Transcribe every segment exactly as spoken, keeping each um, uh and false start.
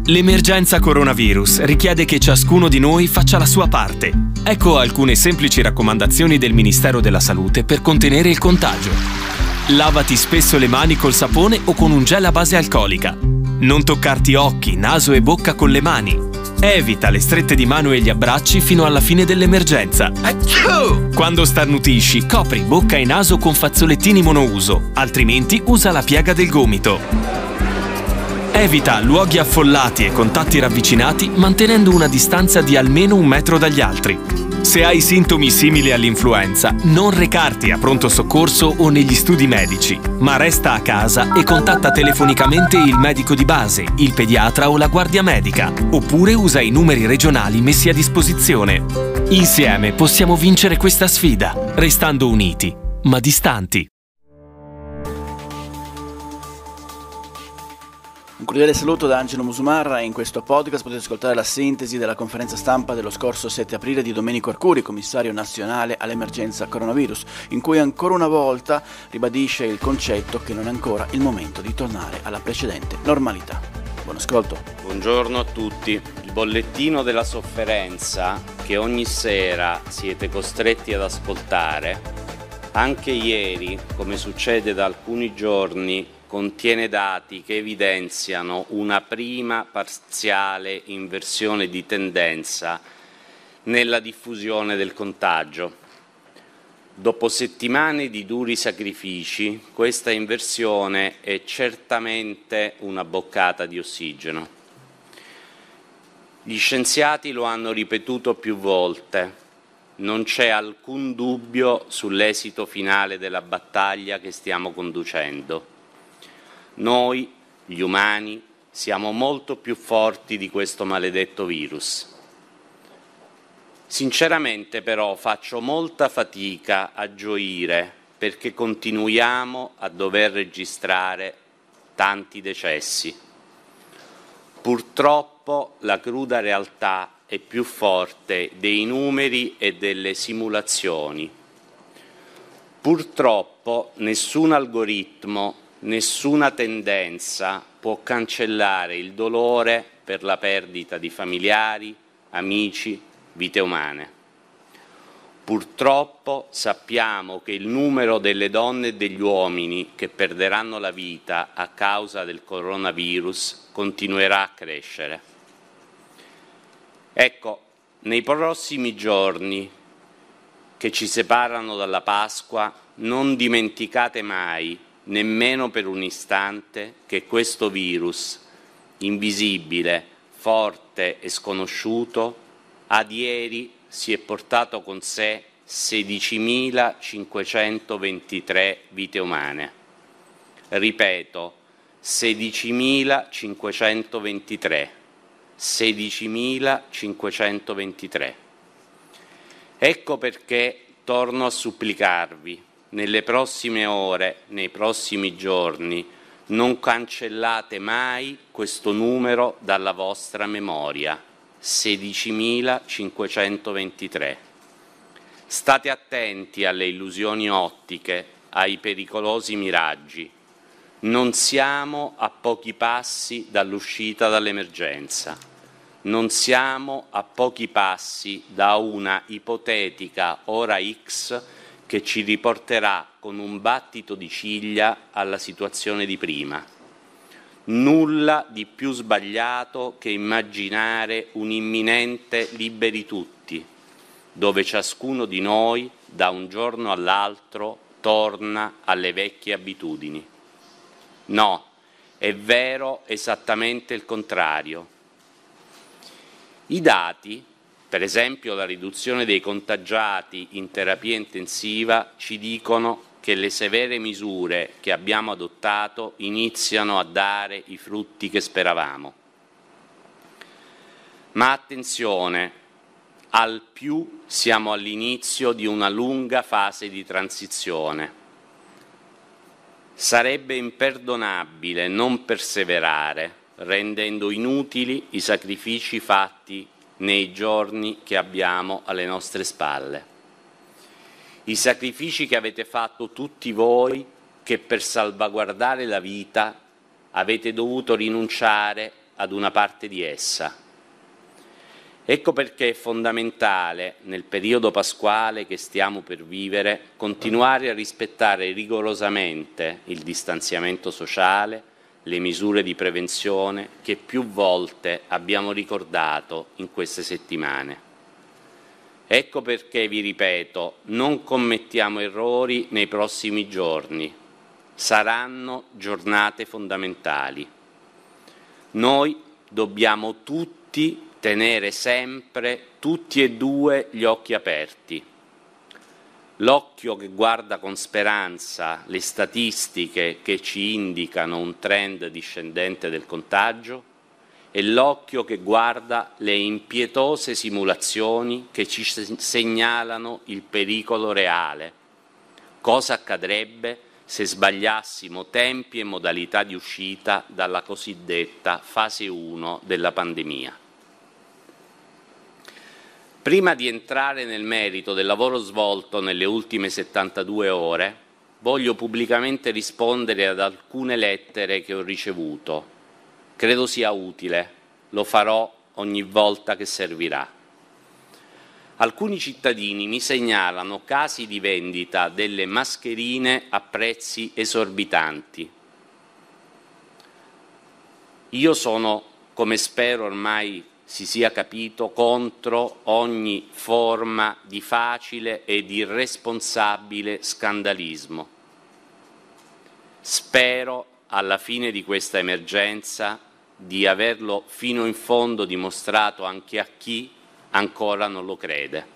L'emergenza coronavirus richiede che ciascuno di noi faccia la sua parte. Ecco alcune semplici raccomandazioni del Ministero della Salute per contenere il contagio. Lavati spesso le mani col sapone o con un gel a base alcolica. Non toccarti occhi, naso e bocca con le mani. Evita le strette di mano e gli abbracci fino alla fine dell'emergenza. Quando starnutisci, copri bocca e naso con fazzolettini monouso, altrimenti usa la piega del gomito. Evita luoghi affollati e contatti ravvicinati mantenendo una distanza di almeno un metro dagli altri. Se hai sintomi simili all'influenza, non recarti a pronto soccorso o negli studi medici, ma resta a casa e contatta telefonicamente il medico di base, il pediatra o la guardia medica, oppure usa i numeri regionali messi a disposizione. Insieme possiamo vincere questa sfida, restando uniti, ma distanti. Un cordiale saluto da Angelo Musumarra e in questo podcast potete ascoltare la sintesi della conferenza stampa dello scorso sette aprile di Domenico Arcuri, commissario nazionale all'emergenza coronavirus, in cui ancora una volta ribadisce il concetto che non è ancora il momento di tornare alla precedente normalità. Buon ascolto. Buongiorno a tutti. Il bollettino della sofferenza che ogni sera siete costretti ad ascoltare, anche ieri, come succede da alcuni giorni, contiene dati che evidenziano una prima parziale inversione di tendenza nella diffusione del contagio. Dopo settimane di duri sacrifici, questa inversione è certamente una boccata di ossigeno. Gli scienziati lo hanno ripetuto più volte. Non c'è alcun dubbio sull'esito finale della battaglia che stiamo conducendo. Noi, gli umani, siamo molto più forti di questo maledetto virus. Sinceramente però faccio molta fatica a gioire perché continuiamo a dover registrare tanti decessi. Purtroppo la cruda realtà è più forte dei numeri e delle simulazioni. Purtroppo nessun algoritmo, nessuna tendenza può cancellare il dolore per la perdita di familiari, amici, vite umane. Purtroppo sappiamo che il numero delle donne e degli uomini che perderanno la vita a causa del coronavirus continuerà a crescere. Ecco, nei prossimi giorni che ci separano dalla Pasqua, non dimenticate mai, nemmeno per un istante, che questo virus, invisibile, forte e sconosciuto, ad ieri si è portato con sé sedicimilacinquecentoventitré vite umane. Ripeto, sedicimilacinquecentoventitré. sedicimilacinquecentoventitré. Ecco perché torno a supplicarvi, nelle prossime ore, nei prossimi giorni, non cancellate mai questo numero dalla vostra memoria, sedicimilacinquecentoventitré. State attenti alle illusioni ottiche, ai pericolosi miraggi. Non siamo a pochi passi dall'uscita dall'emergenza. Non siamo a pochi passi da una ipotetica ora X che ci riporterà con un battito di ciglia alla situazione di prima. Nulla di più sbagliato che immaginare un imminente liberi tutti, dove ciascuno di noi da un giorno all'altro torna alle vecchie abitudini. No, è vero esattamente il contrario. I dati, per esempio la riduzione dei contagiati in terapia intensiva, ci dicono che le severe misure che abbiamo adottato iniziano a dare i frutti che speravamo. Ma attenzione, al più siamo all'inizio di una lunga fase di transizione. Sarebbe imperdonabile non perseverare, rendendo inutili i sacrifici fatti nei giorni che abbiamo alle nostre spalle. I sacrifici che avete fatto tutti voi, che per salvaguardare la vita avete dovuto rinunciare ad una parte di essa. Ecco perché è fondamentale, nel periodo pasquale che stiamo per vivere, continuare a rispettare rigorosamente il distanziamento sociale, le misure di prevenzione che più volte abbiamo ricordato in queste settimane. Ecco perché, vi ripeto, non commettiamo errori nei prossimi giorni. Saranno giornate fondamentali. Noi dobbiamo tutti tenere sempre, tutti e due, gli occhi aperti. L'occhio che guarda con speranza le statistiche che ci indicano un trend discendente del contagio e l'occhio che guarda le impietose simulazioni che ci segnalano il pericolo reale. Cosa accadrebbe se sbagliassimo tempi e modalità di uscita dalla cosiddetta fase uno della pandemia? Prima di entrare nel merito del lavoro svolto nelle ultime settantadue ore, voglio pubblicamente rispondere ad alcune lettere che ho ricevuto. Credo sia utile, lo farò ogni volta che servirà. Alcuni cittadini mi segnalano casi di vendita delle mascherine a prezzi esorbitanti. Io sono, come spero ormai si sia capito, contro ogni forma di facile ed irresponsabile scandalismo. Spero, alla fine di questa emergenza, di averlo fino in fondo dimostrato anche a chi ancora non lo crede.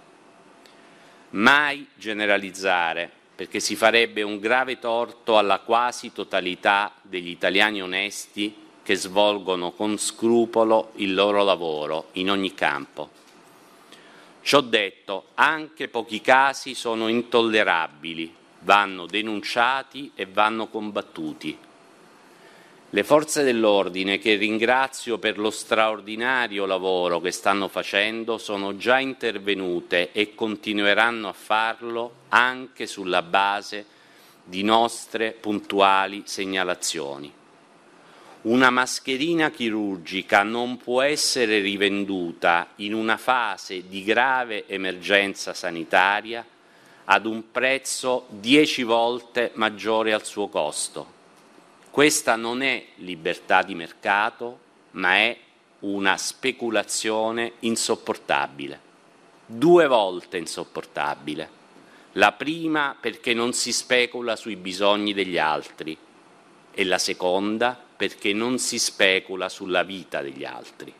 Mai generalizzare, perché si farebbe un grave torto alla quasi totalità degli italiani onesti che svolgono con scrupolo il loro lavoro in ogni campo. Ciò detto, anche pochi casi sono intollerabili, vanno denunciati e vanno combattuti. Le forze dell'ordine, che ringrazio per lo straordinario lavoro che stanno facendo, sono già intervenute e continueranno a farlo anche sulla base di nostre puntuali segnalazioni. Una mascherina chirurgica non può essere rivenduta in una fase di grave emergenza sanitaria ad un prezzo dieci volte maggiore al suo costo. Questa non è libertà di mercato, ma è una speculazione insopportabile. Due volte insopportabile. La prima perché non si specula sui bisogni degli altri e la seconda perché non si specula sulla vita degli altri.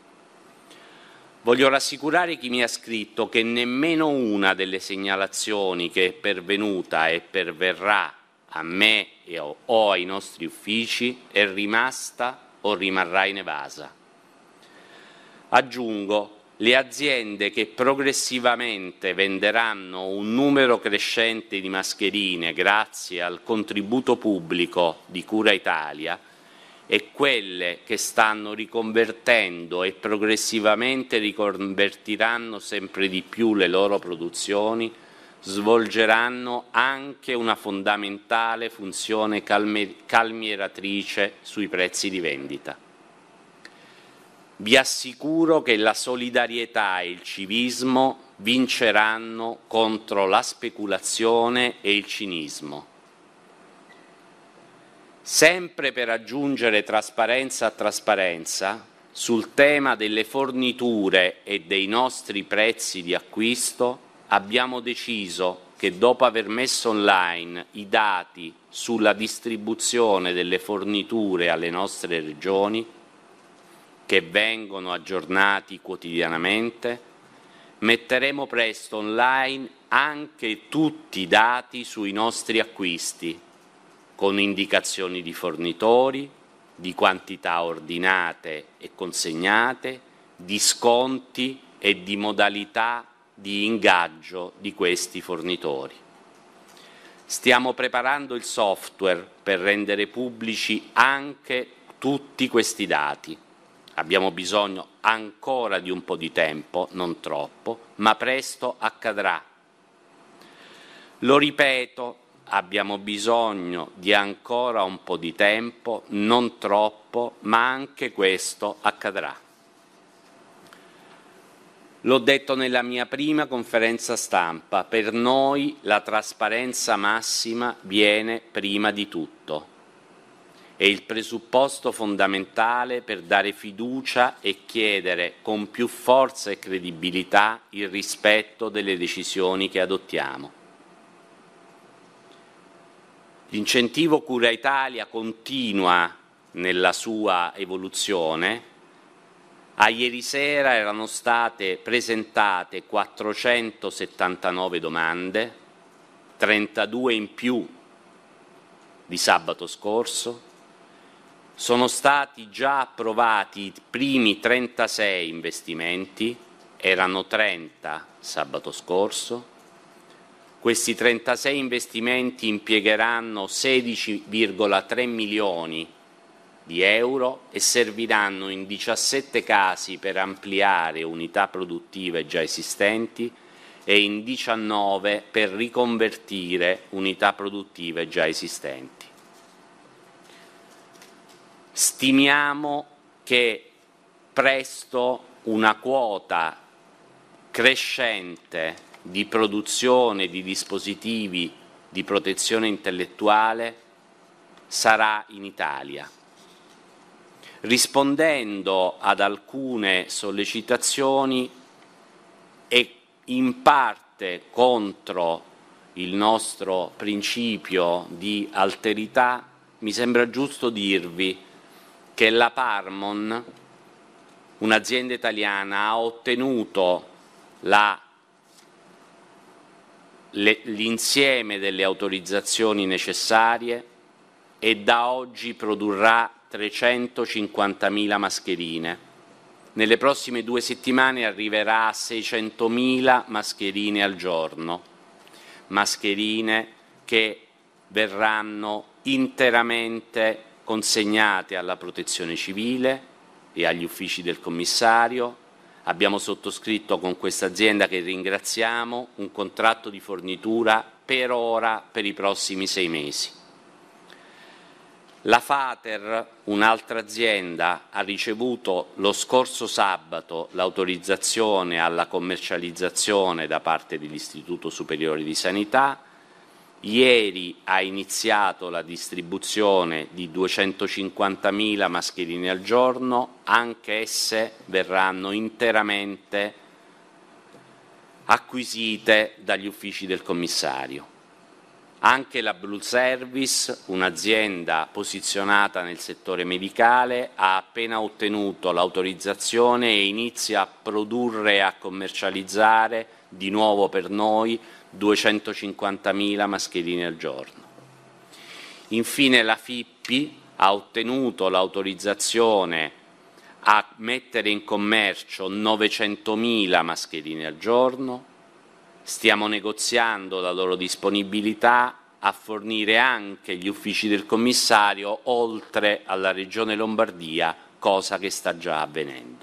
Voglio rassicurare chi mi ha scritto che nemmeno una delle segnalazioni che è pervenuta e perverrà a me o ai nostri uffici è rimasta o rimarrà inevasa. Aggiungo, le aziende che progressivamente venderanno un numero crescente di mascherine grazie al contributo pubblico di Cura Italia e quelle che stanno riconvertendo e progressivamente riconvertiranno sempre di più le loro produzioni, svolgeranno anche una fondamentale funzione calmieratrice sui prezzi di vendita. Vi assicuro che la solidarietà e il civismo vinceranno contro la speculazione e il cinismo. Sempre per aggiungere trasparenza a trasparenza, sul tema delle forniture e dei nostri prezzi di acquisto abbiamo deciso che dopo aver messo online i dati sulla distribuzione delle forniture alle nostre regioni, che vengono aggiornati quotidianamente, metteremo presto online anche tutti i dati sui nostri acquisti, con indicazioni di fornitori, di quantità ordinate e consegnate, di sconti e di modalità di ingaggio di questi fornitori. Stiamo preparando il software per rendere pubblici anche tutti questi dati. Abbiamo bisogno ancora di un po' di tempo, non troppo, ma presto accadrà. Lo ripeto, abbiamo bisogno di ancora un po' di tempo, non troppo, ma anche questo accadrà. L'ho detto nella mia prima conferenza stampa, per noi la trasparenza massima viene prima di tutto. È il presupposto fondamentale per dare fiducia e chiedere con più forza e credibilità il rispetto delle decisioni che adottiamo. L'incentivo Cura Italia continua nella sua evoluzione. A ieri sera erano state presentate quattrocentosettantanove domande, trentadue in più di sabato scorso. Sono stati già approvati i primi trentasei investimenti, erano trenta sabato scorso. Questi trentasei investimenti impiegheranno sedici virgola tre milioni di euro e serviranno in diciassette casi per ampliare unità produttive già esistenti e in diciannove per riconvertire unità produttive già esistenti. Stimiamo che presto una quota crescente di produzione di dispositivi di protezione intellettuale sarà in Italia. Rispondendo ad alcune sollecitazioni e in parte contro il nostro principio di alterità, mi sembra giusto dirvi che la Parmon, un'azienda italiana, ha ottenuto la l'insieme delle autorizzazioni necessarie e da oggi produrrà trecentocinquantamila mascherine. Nelle prossime due settimane arriverà a seicentomila mascherine al giorno, mascherine che verranno interamente consegnate alla Protezione Civile e agli uffici del Commissario. Abbiamo sottoscritto con questa azienda, che ringraziamo, un contratto di fornitura per ora per i prossimi sei mesi. La Fater, un'altra azienda, ha ricevuto lo scorso sabato l'autorizzazione alla commercializzazione da parte dell'Istituto Superiore di Sanità. Ieri ha iniziato la distribuzione di duecentocinquantamila mascherine al giorno, anche esse verranno interamente acquisite dagli uffici del Commissario. Anche la Blue Service, un'azienda posizionata nel settore medicale, ha appena ottenuto l'autorizzazione e inizia a produrre e a commercializzare di nuovo per noi duecentocinquantamila mascherine al giorno. Infine la Fippi ha ottenuto l'autorizzazione a mettere in commercio novecentomila mascherine al giorno. Stiamo negoziando la loro disponibilità a fornire anche gli uffici del Commissario oltre alla Regione Lombardia, cosa che sta già avvenendo.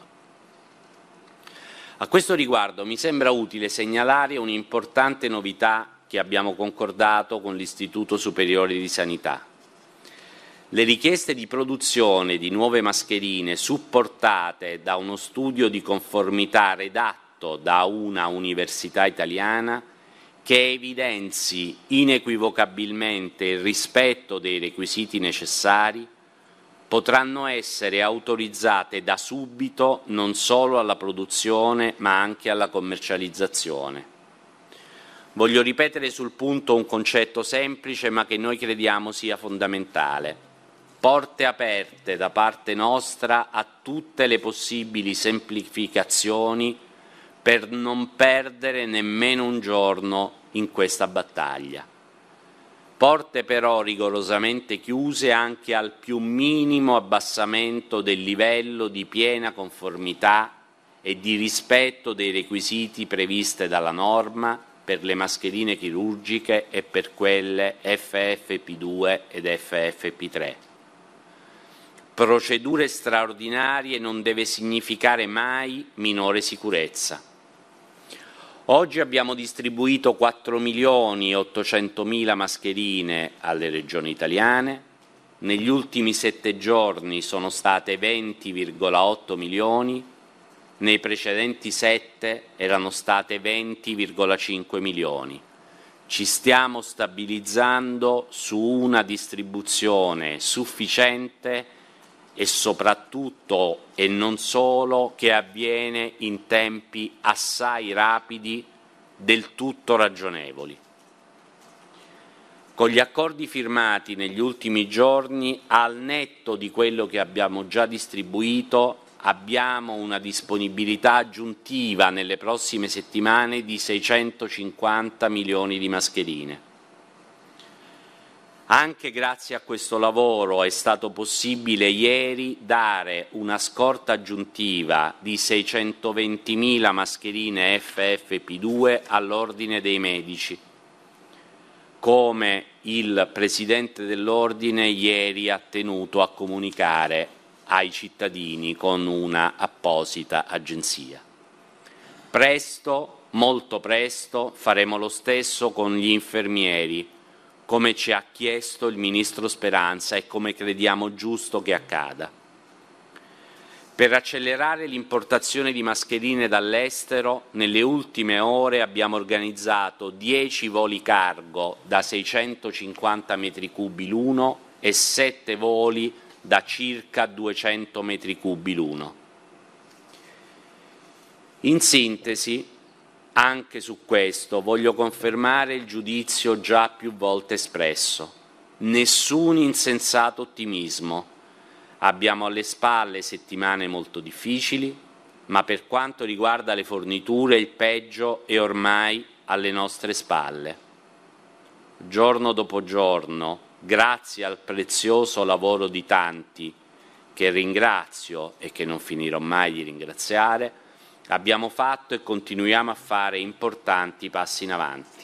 A questo riguardo mi sembra utile segnalare un'importante novità che abbiamo concordato con l'Istituto Superiore di Sanità. Le richieste di produzione di nuove mascherine supportate da uno studio di conformità redatto da una università italiana che evidenzi inequivocabilmente il rispetto dei requisiti necessari potranno essere autorizzate da subito non solo alla produzione ma anche alla commercializzazione. Voglio ripetere sul punto un concetto semplice ma che noi crediamo sia fondamentale. Porte aperte da parte nostra a tutte le possibili semplificazioni per non perdere nemmeno un giorno in questa battaglia. Porte però rigorosamente chiuse anche al più minimo abbassamento del livello di piena conformità e di rispetto dei requisiti previste dalla norma per le mascherine chirurgiche e per quelle F F P due ed F F P tre. Procedure straordinarie non deve significare mai minore sicurezza. Oggi abbiamo distribuito quattro milioni e ottocentomila mascherine alle regioni italiane, negli ultimi sette giorni sono state venti virgola otto milioni, nei precedenti sette erano state venti virgola cinque milioni. Ci stiamo stabilizzando su una distribuzione sufficiente e soprattutto e non solo che avviene in tempi assai rapidi, del tutto ragionevoli. Con gli accordi firmati negli ultimi giorni, al netto di quello che abbiamo già distribuito, abbiamo una disponibilità aggiuntiva nelle prossime settimane di seicentocinquanta milioni di mascherine. Anche grazie a questo lavoro è stato possibile ieri dare una scorta aggiuntiva di seicentoventimila mascherine F F P due all'Ordine dei Medici, come il Presidente dell'Ordine ieri ha tenuto a comunicare ai cittadini con una apposita agenzia. Presto, molto presto, faremo lo stesso con gli infermieri, come ci ha chiesto il Ministro Speranza e come crediamo giusto che accada. Per accelerare l'importazione di mascherine dall'estero, nelle ultime ore abbiamo organizzato dieci voli cargo da seicentocinquanta metri cubi l'uno e sette voli da circa duecento metri cubi l'uno. In sintesi, anche su questo voglio confermare il giudizio già più volte espresso. Nessun insensato ottimismo. Abbiamo alle spalle settimane molto difficili, ma per quanto riguarda le forniture il peggio è ormai alle nostre spalle. Giorno dopo giorno, grazie al prezioso lavoro di tanti, che ringrazio e che non finirò mai di ringraziare, abbiamo fatto e continuiamo a fare importanti passi in avanti.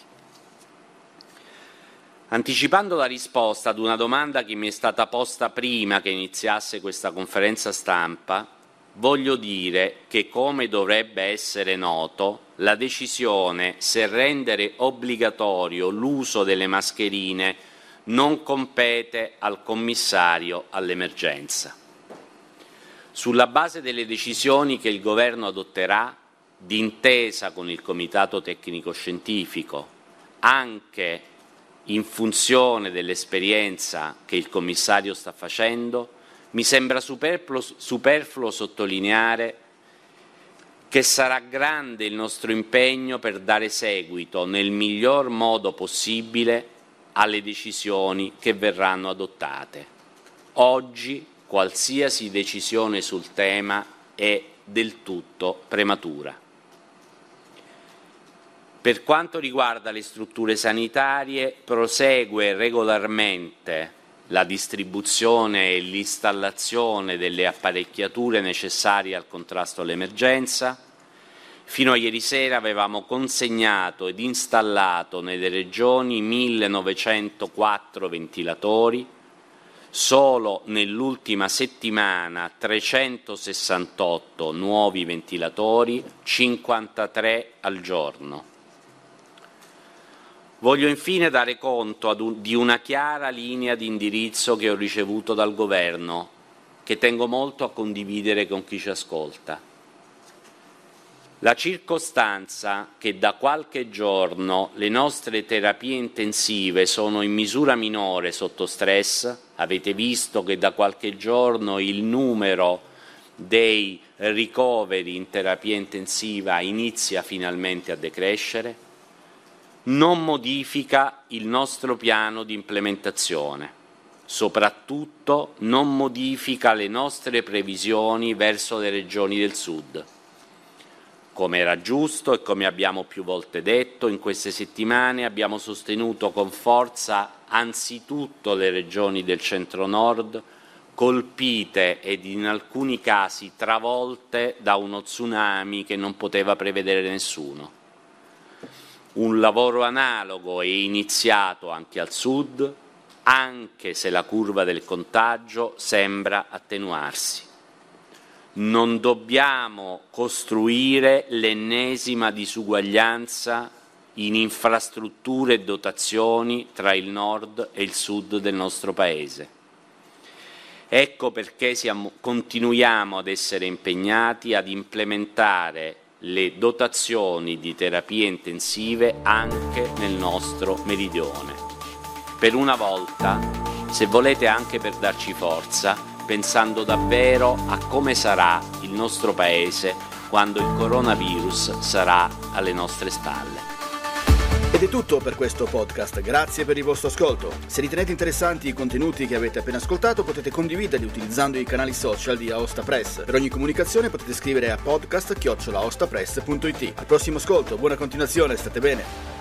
Anticipando la risposta ad una domanda che mi è stata posta prima che iniziasse questa conferenza stampa, voglio dire che, come dovrebbe essere noto, la decisione se rendere obbligatorio l'uso delle mascherine non compete al commissario all'emergenza. Sulla base delle decisioni che il Governo adotterà, d'intesa con il Comitato Tecnico Scientifico, anche in funzione dell'esperienza che il Commissario sta facendo, mi sembra superfluo, superfluo sottolineare che sarà grande il nostro impegno per dare seguito nel miglior modo possibile alle decisioni che verranno adottate. Oggi qualsiasi decisione sul tema è del tutto prematura. Per quanto riguarda le strutture sanitarie, prosegue regolarmente la distribuzione e l'installazione delle apparecchiature necessarie al contrasto all'emergenza. Fino a ieri sera avevamo consegnato ed installato nelle regioni millenovecentoquattro ventilatori, solo nell'ultima settimana trecentosessantotto nuovi ventilatori, cinquantatré al giorno. Voglio infine dare conto ad un, di una chiara linea di indirizzo che ho ricevuto dal Governo, che tengo molto a condividere con chi ci ascolta. La circostanza che da qualche giorno le nostre terapie intensive sono in misura minore sotto stress, avete visto che da qualche giorno il numero dei ricoveri in terapia intensiva inizia finalmente a decrescere, non modifica il nostro piano di implementazione, soprattutto non modifica le nostre previsioni verso le regioni del Sud. Come era giusto e come abbiamo più volte detto, in queste settimane abbiamo sostenuto con forza anzitutto le regioni del centro-nord, colpite ed in alcuni casi travolte da uno tsunami che non poteva prevedere nessuno. Un lavoro analogo è iniziato anche al Sud, anche se la curva del contagio sembra attenuarsi. Non dobbiamo costruire l'ennesima disuguaglianza in infrastrutture e dotazioni tra il nord e il sud del nostro Paese. Ecco perché siamo, continuiamo ad essere impegnati ad implementare le dotazioni di terapie intensive anche nel nostro meridione. Per una volta, se volete anche per darci forza, pensando davvero a come sarà il nostro Paese quando il coronavirus sarà alle nostre spalle. Ed è tutto per questo podcast, grazie per il vostro ascolto. Se ritenete interessanti i contenuti che avete appena ascoltato, potete condividerli utilizzando i canali social di Aosta Press. Per ogni comunicazione potete scrivere a podcast chiocciola aostapress punto it. Al prossimo ascolto, buona continuazione, state bene!